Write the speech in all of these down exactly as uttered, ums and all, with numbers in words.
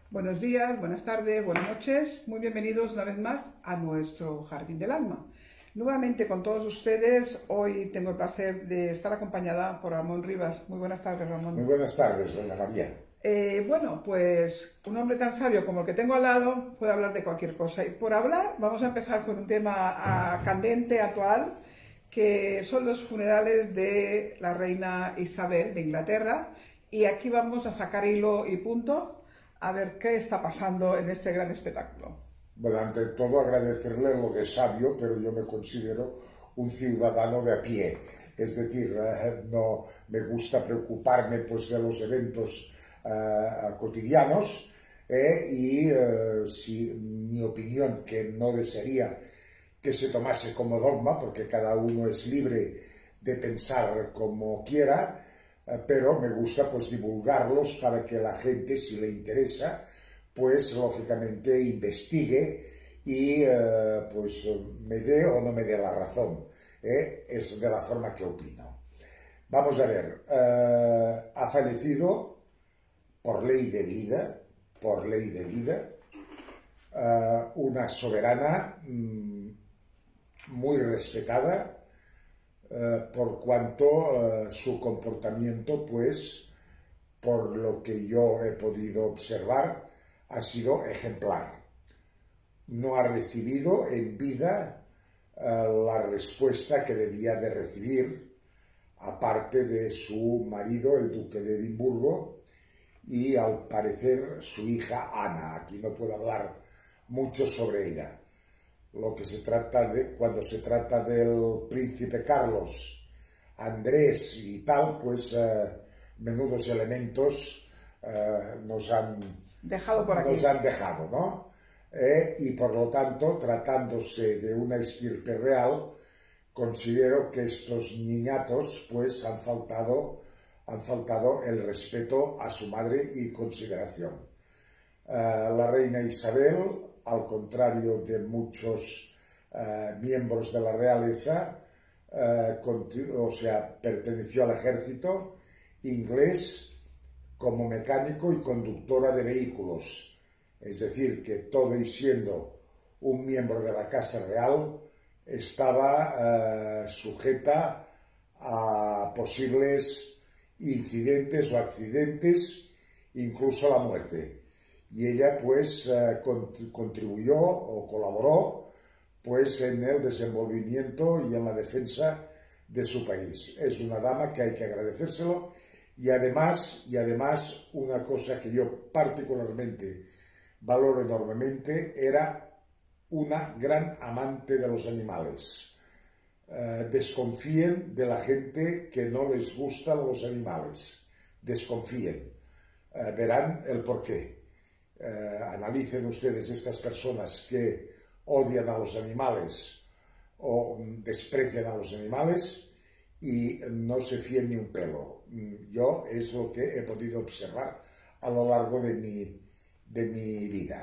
Buenos días, buenas tardes, buenas noches. Muy bienvenidos una vez más a nuestro Jardín del Alma. Nuevamente con todos ustedes, hoy tengo el placer de estar acompañada por Ramón Rivas. Muy buenas tardes, Ramón. Muy buenas tardes, doña María. Eh, bueno, pues un hombre tan sabio como el que tengo al lado puede hablar de cualquier cosa. Y por hablar, vamos a empezar con un tema ah, candente, actual, que son los funerales de la reina Isabel de Inglaterra. Y aquí vamos a sacar hilo y punto a ver qué está pasando en este gran espectáculo. Bueno, ante todo agradecerle lo de sabio, pero yo me considero un ciudadano de a pie. Es decir, eh, no me gusta preocuparme pues, de los eventos eh, cotidianos eh, y eh, si mi opinión, que no desearía que se tomase como dogma, porque cada uno es libre de pensar como quiera, pero me gusta pues divulgarlos para que la gente, si le interesa, pues lógicamente investigue y eh, pues me dé o no me dé la razón. ¿eh? Es de la forma que opino. Vamos a ver, eh, ha fallecido por ley de vida, por ley de vida, eh, una soberana mmm, muy respetada, Uh, por cuanto uh, su comportamiento, pues, por lo que yo he podido observar, ha sido ejemplar. No ha recibido en vida uh, la respuesta que debía de recibir, aparte de su marido, el duque de Edimburgo, y al parecer su hija Ana. Aquí no puedo hablar mucho sobre ella. Lo que se trata de, cuando se trata del príncipe Carlos, Andrés y tal, pues eh, menudos elementos eh, nos han dejado por aquí. Nos han dejado, ¿no? Eh, y por lo tanto, tratándose de una estirpe real, considero que estos niñatos, pues, han faltado, han faltado el respeto a su madre y consideración. Eh, la reina Isabel, al contrario de muchos uh, miembros de la realeza, uh, o sea, perteneció al ejército inglés como mecánico y conductora de vehículos. Es decir, que todo y siendo un miembro de la Casa Real, estaba uh, sujeta a posibles incidentes o accidentes, incluso la muerte. Y ella pues uh, contribuyó o colaboró pues en el desenvolvimiento y en la defensa de su país. Es una dama que hay que agradecérselo y además, y además una cosa que yo particularmente valoro enormemente, era una gran amante de los animales. Uh, desconfíen de la gente que no les gustan los animales. Desconfíen. Uh, verán el porqué. Eh, analicen ustedes estas personas que odian a los animales o desprecian a los animales y no se fíen ni un pelo. Yo es lo que he podido observar a lo largo de mi, de mi vida.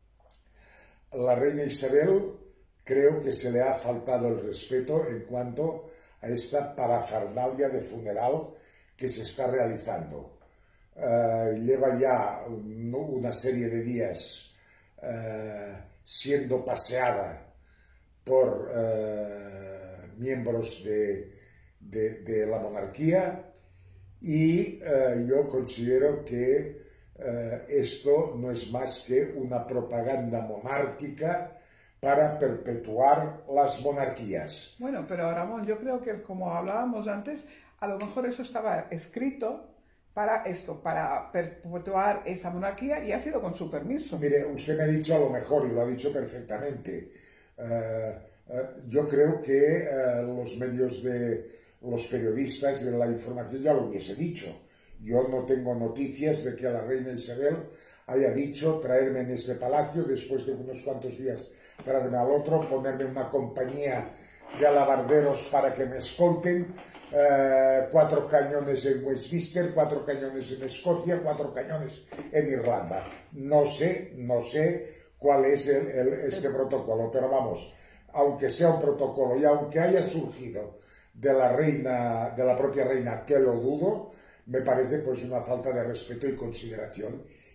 La reina Isabel creo que se le ha faltado el respeto en cuanto a esta parafernalia de funeral que se está realizando. Uh, lleva ya ¿no? una serie de días uh, siendo paseada por uh, miembros de, de, de la monarquía y uh, yo considero que uh, esto no es más que una propaganda monárquica para perpetuar las monarquías. Bueno, pero Ramón, yo creo que como hablábamos antes, a lo mejor eso estaba escrito para esto, para perpetuar esa monarquía, y ha sido con su permiso. Mire, usted me ha dicho a lo mejor, y lo ha dicho perfectamente. Uh, uh, yo creo que uh, los medios de los periodistas de la información ya lo hubiese dicho. Yo no tengo noticias de que la reina Isabel haya dicho traerme en este palacio, después de unos cuantos días traerme al otro, ponerme una compañía de alabarderos para que me escolten, Uh, cuatro cañones en Westminster, cuatro cañones en Escocia, cuatro cañones en Irlanda. No sé, no sé cuál es el, el, este protocolo, pero vamos, aunque sea un protocolo y aunque haya surgido de la reina, de la propia reina, que lo dudo, me parece pues una falta de respeto y consideración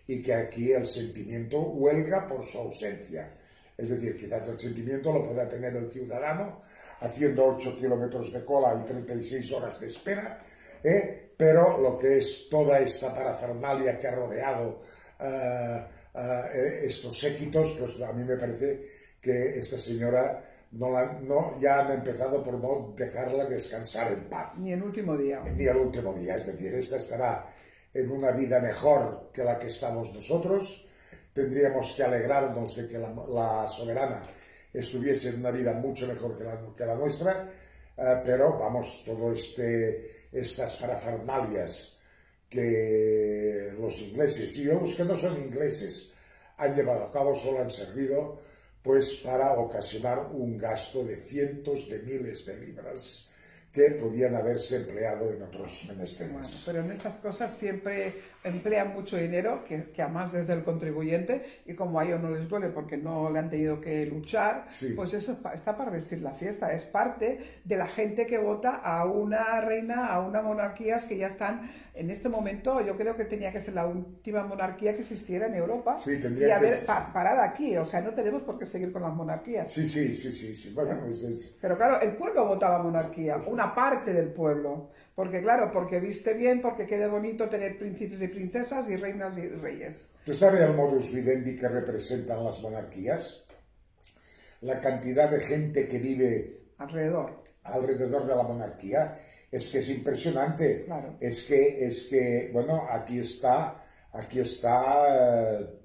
y que aquí el sentimiento huelga por su ausencia. Es decir, quizás el sentimiento lo pueda tener el ciudadano haciendo ocho kilómetros de cola y treinta y seis horas de espera, ¿eh? Pero lo que es toda esta parafernalia que ha rodeado uh, uh, estos séquitos, pues a mí me parece que esta señora no la, no, ya han empezado por no dejarla descansar en paz. Ni el último día. Ni el último día, es decir, esta estará en una vida mejor que la que estamos nosotros. Tendríamos que alegrarnos de que la, la soberana estuviese en una vida mucho mejor que la, que la nuestra, eh, pero vamos, todo este, estas parafernalias que los ingleses y los que no son ingleses han llevado a cabo solo han servido pues para ocasionar un gasto de cientos de miles de libras que podían haberse empleado en otros menesteres. Bueno, pero en estas cosas siempre emplean mucho dinero, que, que además desde el contribuyente, y como a ellos no les duele porque no le han tenido que luchar, sí. Pues eso está para vestir la fiesta, es parte de la gente que vota a una reina, a una monarquía que ya están, en este momento yo creo que tenía que ser la última monarquía que existiera en Europa, sí, tendría y haber que... pa, parar aquí, o sea, no tenemos por qué seguir con las monarquías. Sí, sí, sí, sí, sí. Bueno, pues es... Pero claro, el pueblo votaba monarquía, una parte del pueblo, porque claro, porque viste bien, porque queda bonito tener príncipes y princesas y reinas y reyes. ¿Usted sabe el modus vivendi que representan las monarquías? La cantidad de gente que vive alrededor, alrededor de la monarquía es que es impresionante. Claro. Es que, es que, bueno, aquí está, aquí está eh,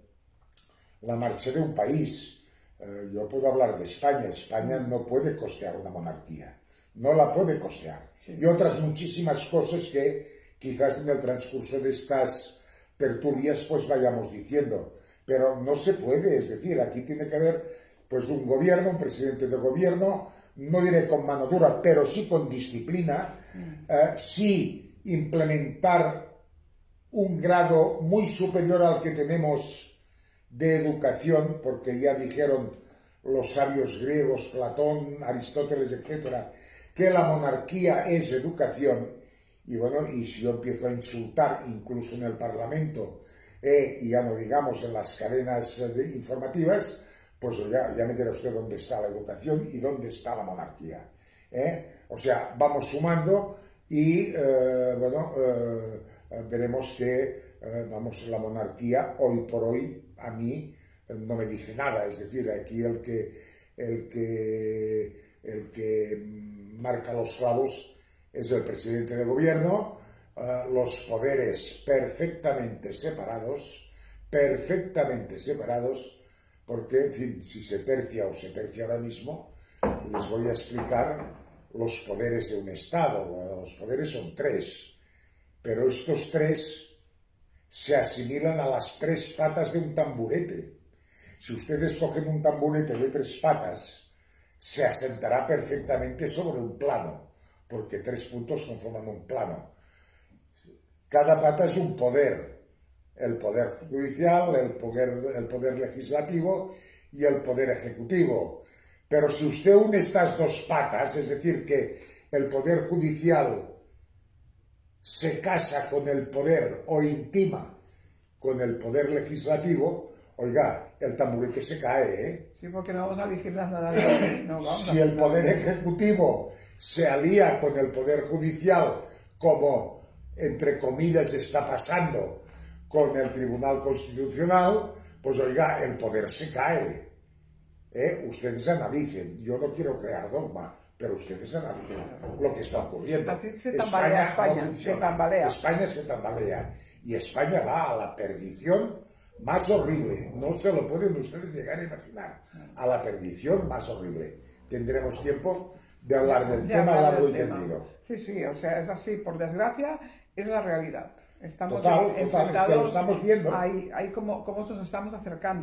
la marcha de un país. Eh, yo puedo hablar de España. España no puede costear una monarquía. No la puede costear. Sí. Y otras muchísimas cosas que quizás en el transcurso de estas tertulias pues vayamos diciendo. Pero no se puede, es decir, aquí tiene que haber pues un gobierno, un presidente de gobierno, no diré con mano dura, pero sí con disciplina, mm. eh, sí implementar un grado muy superior al que tenemos de educación, porque ya dijeron los sabios griegos, Platón, Aristóteles, etcétera, que la monarquía es educación, y bueno, y si yo empiezo a insultar incluso en el Parlamento, eh, y ya no digamos en las cadenas de, informativas, pues ya, ya me dirá usted dónde está la educación y dónde está la monarquía. ¿eh? O sea, vamos sumando y, eh, bueno, eh, veremos que, eh, vamos, la monarquía hoy por hoy a mí no me dice nada, es decir, aquí el que, el que, el que marca los clavos es el presidente de gobierno, uh, los poderes perfectamente separados, perfectamente separados, porque, en fin, si se tercia o se tercia ahora mismo, les voy a explicar los poderes de un Estado. Los poderes son tres, pero estos tres se asimilan a las tres patas de un tamburete. Si ustedes cogen un tamburete de tres patas, se asentará perfectamente sobre un plano, porque tres puntos conforman un plano. Cada pata es un poder, el poder judicial, el poder, el poder legislativo y el poder ejecutivo. Pero si usted une estas dos patas, es decir, que el poder judicial se casa con el poder o intima con el poder legislativo, oiga, el tamburete se cae, ¿eh? Sí, porque no vamos a vigilar nada. No, vamos si el poder ejecutivo se alía con el poder judicial, como, entre comillas, está pasando con el Tribunal Constitucional, pues oiga, el poder se cae. ¿eh? Ustedes analicen. Yo no quiero crear dogma, pero ustedes analicen lo que está ocurriendo. Así se tambalea España, España, no se tambalea. España se tambalea. Y España va a la perdición más horrible, no se lo pueden ustedes llegar a imaginar, a la perdición más horrible. Tendremos tiempo de hablar del de tema hablar largo del y tema. tendido. Sí, sí, o sea, es así, por desgracia, es la realidad. Estamos Total, en, total, es que lo estamos viendo. Ahí, ahí como, como nos estamos acercando.